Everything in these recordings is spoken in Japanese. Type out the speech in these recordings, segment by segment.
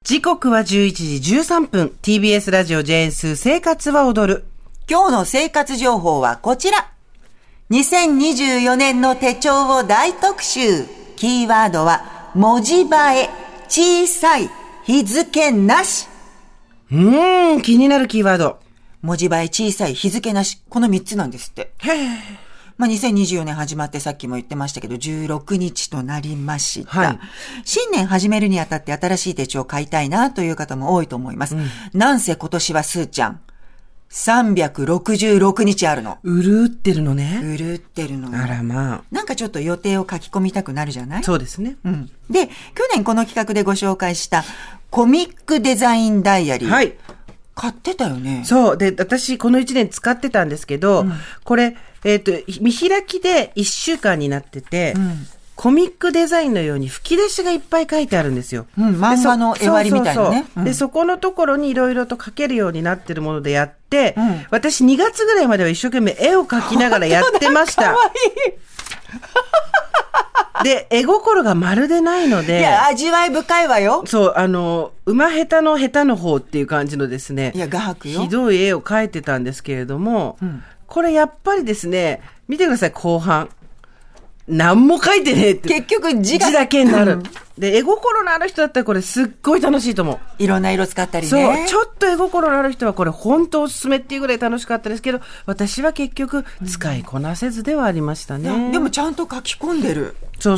時刻は11時13分。TBS ラジオ JS 生活は踊る。 今日の生活情報はこちら。2024年の手帳を大特集。キーワードは文字映え、小さい、日付なし。 気になるキーワード。 文字映え、小さい、日付なし。この3つなんですって。2024年始まってさっきも言ってましたけど、16日となりました。はい、新年始めるにあたって新しい手帳を買いたいなという方も多いと思います。なんせ今年はスーちゃん、366日あるの。 うるってるのね。 うるってるの。 あらまあ。 なんかちょっと予定を書き込みたくなるじゃない？ そうですね。 で、去年この企画でご紹介したコミックデザインダイアリー。はい。買ってたよね。 そう。で、私この1年使ってたんですけど、これ、見開きで1週間になってて、コミックデザインのように吹き出しがいっぱい書いてあるんですよ。 漫画の絵割りみたいなね。 で、そこのところにいろいろと書けるようになってるものでやって、私2月ぐらいまでは一生懸命絵を描きながらやってました。かわいい。で、絵心がまるでないので。 いや、味わい深いわよ。 そう、馬下手の下手の方っていう感じのですね。 いや、画伯よ。 ひどい絵を描いてたんですけれども、これやっぱりですね、見てください、後半。何も書いてねえって。 結局字だけになる。で、絵心のある人だったらこれすっごい楽しいと思う。 いろんな色使ったりね。 そう、ちょっと絵心のある人はこれ本当おすすめっていうぐらい楽しかったですけど、私は結局使いこなせずではありましたね。 でもちゃんと書き込んでる。 そう。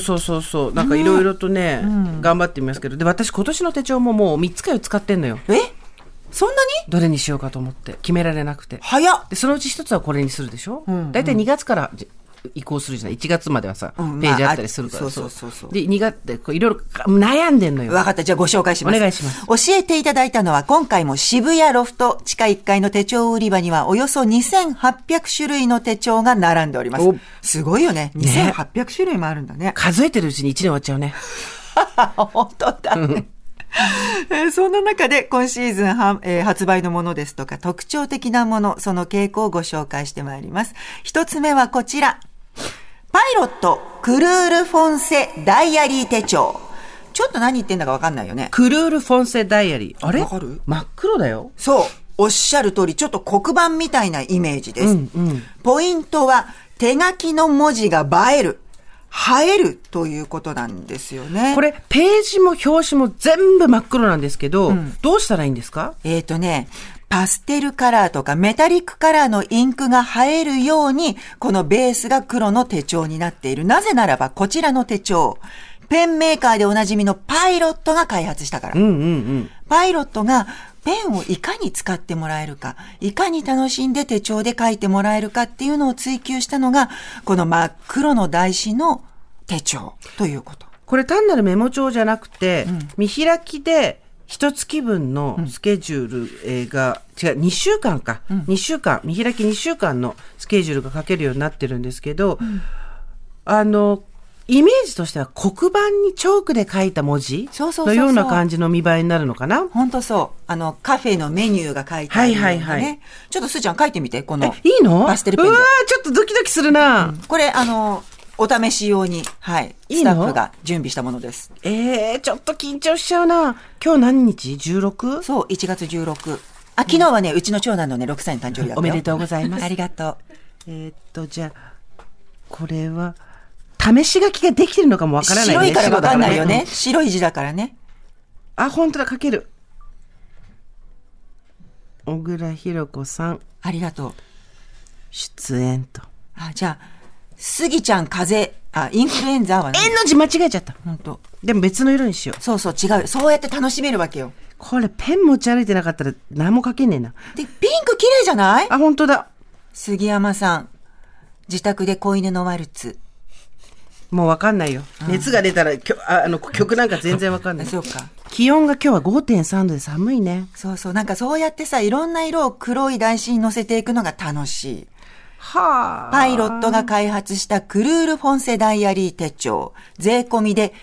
なんかいろいろとね、頑張ってみますけど、で、私今年の手帳ももう3つか4つ使ってんのよ。 そんなに？ どれにしようかと思って決められなくて。 早っ。で、 そのうち1つはこれにするでしょ？だいたい2月から移行するじゃない。1月まではさ、ページあったりするから。 そう。 で、2月でいろいろ悩んでんのよ。 わかった。じゃあご紹介します。 お願いします。 教えていただいたのは、今回も渋谷ロフト地下1階の手帳売り場にはおよそ2800種類の手帳が並んでおります。すごいよね。2800種類もあるんだね。 数えてるうちに1年終わっちゃうね。 本当だね。そんな中で今シーズン発売のものですとか特徴的なもの、その傾向をご紹介してまいります。一つ目はこちら。パイロットクルールフォンセダイアリー手帳。ちょっと何言ってんだか分かんないよね。 クルールフォンセダイアリー。あれ？ わかる？ 真っ黒だよ。 そう。おっしゃる通り、ちょっと黒板みたいなイメージです。ポイントは手書きの文字が映える。映えるということなんですよね。 これページも表紙も全部真っ黒なんですけど、どうしたらいいんですか？ パステルカラーとかメタリックカラーのインクが映えるように、このベースが黒の手帳になっている。なぜならばこちらの手帳、ペンメーカーでおなじみのパイロットが開発したから。パイロットがペンをいかに使ってもらえるか、いかに楽しんで手帳で書いてもらえるかっていうのを追求したのが、この真っ黒の台紙の手帳ということ。 これ単なるメモ帳じゃなくて、見開きで一月分のスケジュールが、2週間か。2週間、見開き2週間のスケジュールが書けるようになってるんですけど、イメージとしては黒板にチョークで書いた文字のような感じの見栄えになるのかな。 本当そう。カフェのメニューが書いてあるようなね。ちょっとすーちゃん書いてみて、この。 いいの？ パステルペンで。 うわー、ちょっとドキドキするな。 これ、お試し用に、スタッフが準備したものです。 ちょっと緊張しちゃうな。今日何日？ 16？ そう、1月16。昨日はね、うちの長男のね、6歳の誕生日だったよ。 おめでとうございます。 ありがとう。じゃあ、これは、試し書きができてるのかもわからないね。 白いからわかんないよね。白い字だからね。 あ、本当だ、書ける。小倉弘子さん。 ありがとう。 出演と。 じゃあ、スギちゃんインフルエンザはね。 の字間違えちゃった。 本当。 でも別の色にしよう。 そう、違う。そうやって楽しめるわけよ。 これペン持ち歩いてなかったら何も書けねえな。 で、ピンク綺麗じゃない？ 本当だ。 杉山さん。自宅で子犬のワルツ。 もうわかんないよ。熱が出たら曲なんか全然わかんない。 そうか。 気温が今日は 5.3 度で寒いね。 そう。なんかそうやってさ、いろんな色を黒い台紙に乗せていくのが楽しい。 はあ。 パイロットが開発したクルール・フォンセダイアリー手帳、税込みで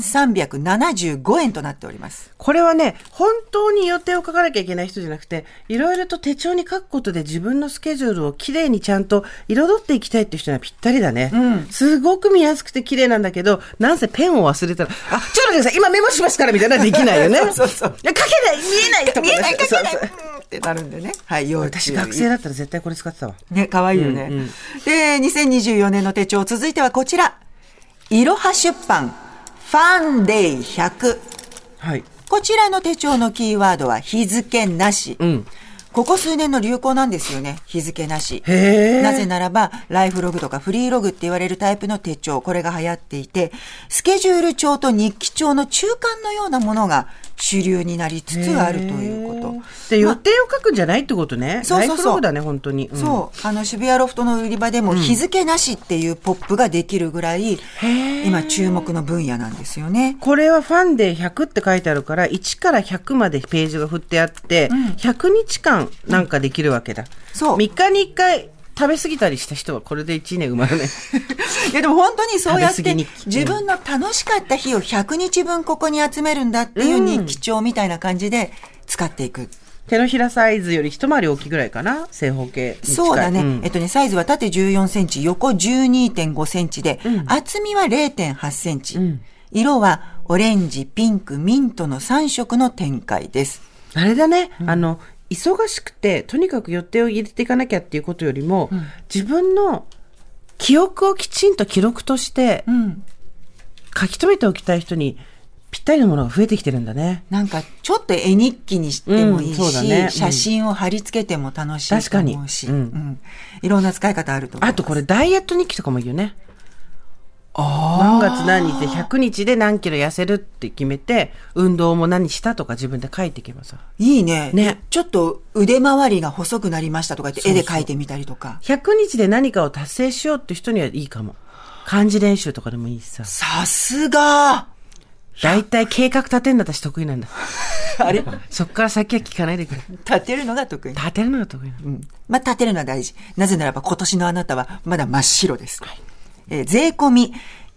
1375円となっております。 これはね、本当に予定を書かなきゃいけない人じゃなくて、いろいろと手帳に書くことで自分のスケジュールをきれいにちゃんと彩っていきたいっていう人にはぴったりだね。すごく見やすくて綺麗なんだけど、なんせペンを忘れたら、ちょっと待ってください、今メモしますからみたいなのできないよね。 そうそう。 いや、書けない、見えないとか。 見えない、書けないそうそうってなるんでね。はい、要注意。 私学生だったら絶対これ使ってたわ。 ね、かわいいよね。で、2024年の手帳、続いてはこちら。いろは出版、ファンデイ100。 はい。 こちらの手帳のキーワードは日付なし。ここ数年の流行なんですよね。日付なし。なぜならば、ライフログとかフリーログって言われるタイプの手帳、これが流行っていて、スケジュール帳と日記帳の中間のようなものが主流になりつつあるということ。 で、予定を書くんじゃないってことね。 そうそうそう。 ライフログだね、本当に。 そう。渋谷ロフトの売り場でも日付なしっていうポップができるぐらい、今注目の分野なんですよね。 これはファンデ100って書いてあるから、1から100までページが振ってあって、100日間なんかできるわけだ。 そう。 3日に1回食べ過ぎたりした人はこれで1年埋まるね。 いやでも本当にそうやって自分の楽しかった日を100日分ここに集めるんだっていう日記帳みたいな感じで使っていく。 手のひらサイズより一回り大きいぐらいかな、正方形に近い。 そうだね。サイズは縦14センチ、横 12.5 センチで、厚みは 0.8 センチ。色はオレンジ、ピンク、ミントの3色の展開です。 あれだね、忙しくて、とにかく予定を入れていかなきゃっていうことよりも、自分の記憶をきちんと記録として、書き留めておきたい人に、ぴったりのものが増えてきてるんだね。 なんかちょっと絵日記にしてもいいし、写真を貼り付けても楽しいと思うし、いろんな使い方あると思います。 あとこれダイエット日記とかもいいよね。何月何日で100日で何キロ痩せるって決めて、運動も何したとか自分で書いていけばさ。 いいね。ちょっと腕回りが細くなりましたとか言って絵で書いてみたりとか。 100日で何かを達成しようって人にはいいかも。漢字練習とかでもいいしさ。 さすがだいたい計画立てるの私得意なんだ。 あれそっから先は聞かないでくれ。 立てるのが得意。 立てるのが得意なの。 まあ、立てるのは大事。なぜならば今年のあなたはまだ真っ白です。税込み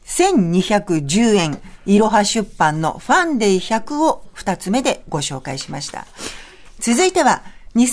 1210円、いろは出版のファンデイ100を2つ目でご紹介しました。続いては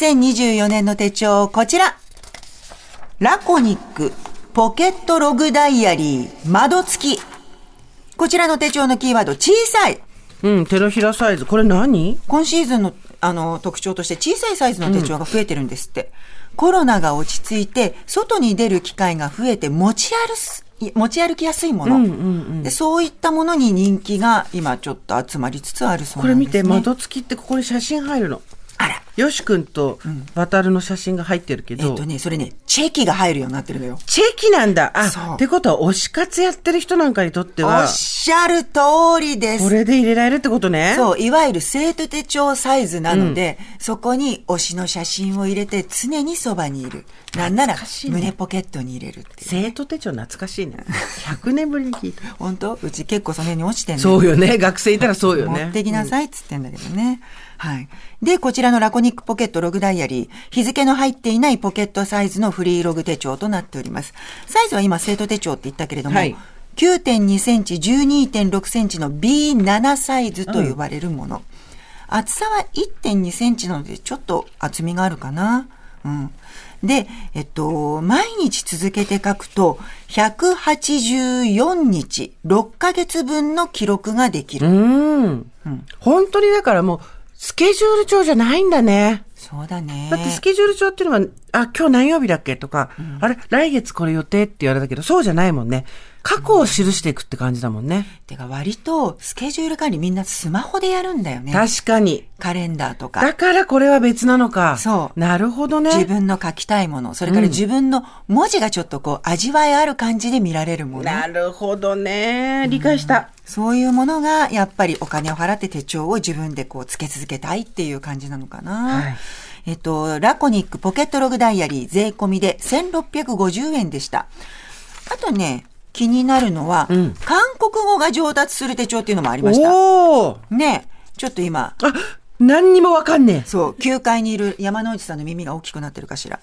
2024年の手帳、こちら。ラコニックポケットログダイアリー窓付き。こちらの手帳のキーワード、小さい。 手のひらサイズ。これ何？ 今シーズンの特徴として小さいサイズの手帳が増えてるんですって。コロナが落ち着いて外に出る機会が増えて持ち歩きやすいもの、でそういったものに人気が今ちょっと集まりつつあるそうなんですね。 これ見て、窓付きってここに写真入るの。 あら。 よしくんと渡るの写真が入ってるけど。 それね、チェキが入るようになってるのよ。 チェキなんだ。ってことは推し活やってる人なんかにとっては。 おっしゃる通りです。 これで入れられるってことね。 そう、いわゆる生徒手帳サイズなので、そこに推しの写真を入れて常にそばにいる。なんなら胸ポケットに入れるっていう、 生徒手帳懐かしいね。100年ぶりに聞いた。 本当？うち結構その辺に落ちてんね。 そうよね。学生いたらそうよね。 持ってきなさいっつってんだけどね。はい。で、こちらのラコニックポケットログダイアリー、日付の入っていないポケットサイズのフリーログ手帳となっております。サイズは今生徒手帳って言ったけれども、9.2 センチ、12.6 センチの B7 サイズと呼ばれるもの。厚さは 1.2 センチなのでちょっと厚みがあるかな。で、毎日続けて書くと、184日、6ヶ月分の記録ができる。 本当にだからもう、スケジュール帳じゃないんだね。 そうだね。 だってスケジュール帳っていうのは、今日何曜日だっけとか、来月これ予定って言われたけど、そうじゃないもんね。過去を記していくって感じだもんね。 てか割とスケジュール管理みんなスマホでやるんだよね。 確かに。 カレンダーとか。 だからこれは別なのか。 そう。 なるほどね。 自分の書きたいもの、それから自分の文字がちょっとこう味わいある感じで見られるもの。 なるほどね。理解した。 そういうものがやっぱりお金を払って手帳を自分でこうつけ続けたいっていう感じなのかな。ラコニックポケットログダイアリー税込みで1650円でした。あとね、気になるのは、韓国語が上達する手帳っていうのもありました。ね、ちょっと今。 何にもわかんねえ。 そう、9階にいる山之内さんの耳が大きくなってるかしら。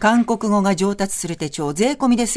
韓国語が上達する手帳、税込みで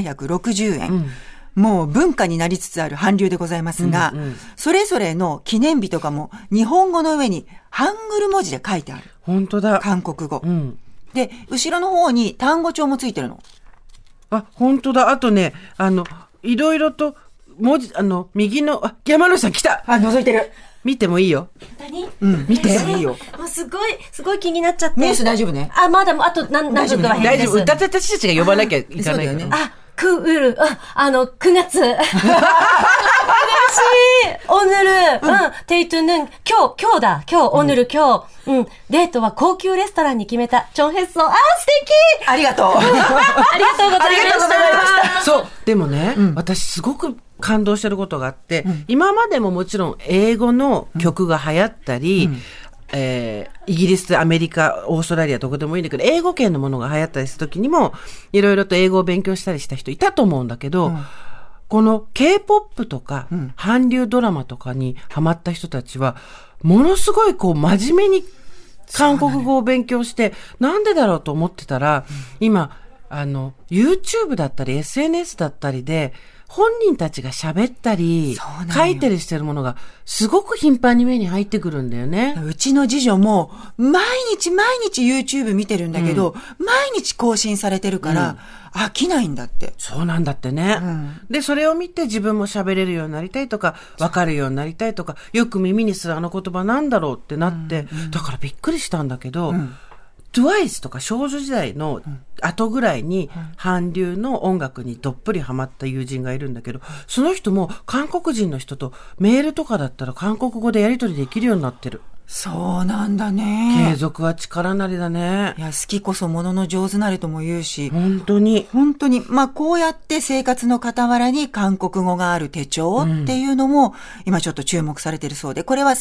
1760円。もう文化になりつつある韓流でございますが、それぞれの記念日とかも日本語の上にハングル文字で書いてある。 本当だ。 韓国語。で、後ろの方に単語帳もついてるの。 あ、本当だ。あとね、いろいろと文字、右の、山野さん来た。 覗いてる。 見てもいいよ。 何？ 見て。 いいよ。 もうすごい気になっちゃって。 ニュース大丈夫ね。 まだ、あと何分かは大丈夫。私たちが呼ばなきゃいけないから。 クール、9月。嬉しい。오늘은, 데이트는,今日、오늘은, 今日、デートは高級レストランに決めた。정했어。素敵。 ありがとう。 ありがとうございました。 そう。でもね、私すごく感動してることがあって、今までももちろん英語の曲が流行ったり、イギリス、アメリカ、オーストラリアどこでもいいんだけど、英語圏のものが流行ったりするときにも、いろいろと英語を勉強したりした人いたと思うんだけど、この K-POP とか、韓流ドラマとかにハマった人たちは、ものすごいこう真面目に韓国語を勉強して、なんでだろうと思ってたら、今、YouTube だったり SNS だったりで、本人たちが喋ったり、書いたりしてるものが、すごく頻繁に目に入ってくるんだよね。 うちの次女も、毎日 YouTube 見てるんだけど、毎日更新されてるから、飽きないんだって。 そうなんだってね。で、それを見て自分も喋れるようになりたいとか、わかるようになりたいとか、よく耳にする言葉なんだろうってなって、だからびっくりしたんだけど、TWICE とか少女時代の後ぐらいに韓流の音楽にどっぷりハマった友人がいるんだけど、その人も韓国人の人とメールとかだったら韓国語でやり取りできるようになってる。 そうなんだね。 継続は力なりだね。 いや、好きこそものの上手なれとも言うし。 本当に。 こうやって生活の傍らに韓国語がある手帳っていうのも、今ちょっと注目されてるそうで、これは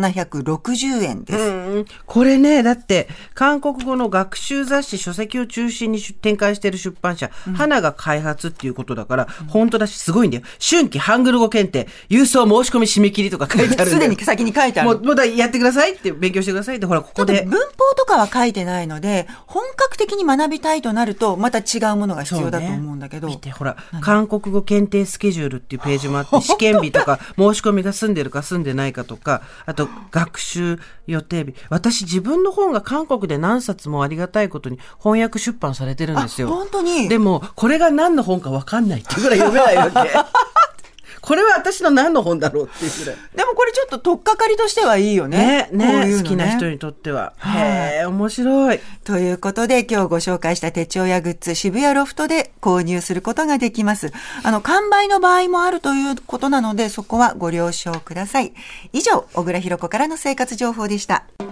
1760円です。 これね、だって、韓国語の学習雑誌、書籍を中心に展開している出版社、花が開発っていうことだから、本当だし、すごいんだよ。春季ハングル語検定、郵送申し込み締め切りとか書いてあるんだよ。 すでに先に書いてある。 もうだやってくださいって勉強してくださいって、ほらここで文法とかは書いてないので、本格的に学びたいとなるとまた違うものが必要だと思うんだけど、 見てほら、韓国語検定スケジュールっていうページもあって、試験日とか申し込みが済んでるか済んでないかとか、あと学習予定日。私自分の本が韓国で何冊もありがたいことに翻訳出版されてるんですよ。 本当に。 でもこれが何の本か分かんないっていうぐらい読めないわけ。これは私の何の本だろうっていうぐらい。 でもこれちょっと取っかかりとしてはいいよね。 好きな人にとっては。へえ、面白い。 ということで今日ご紹介した手帳やグッズ、渋谷ロフトで購入することができます。完売の場合もあるということなので、そこはご了承ください。以上、小倉弘子からの生活情報でした。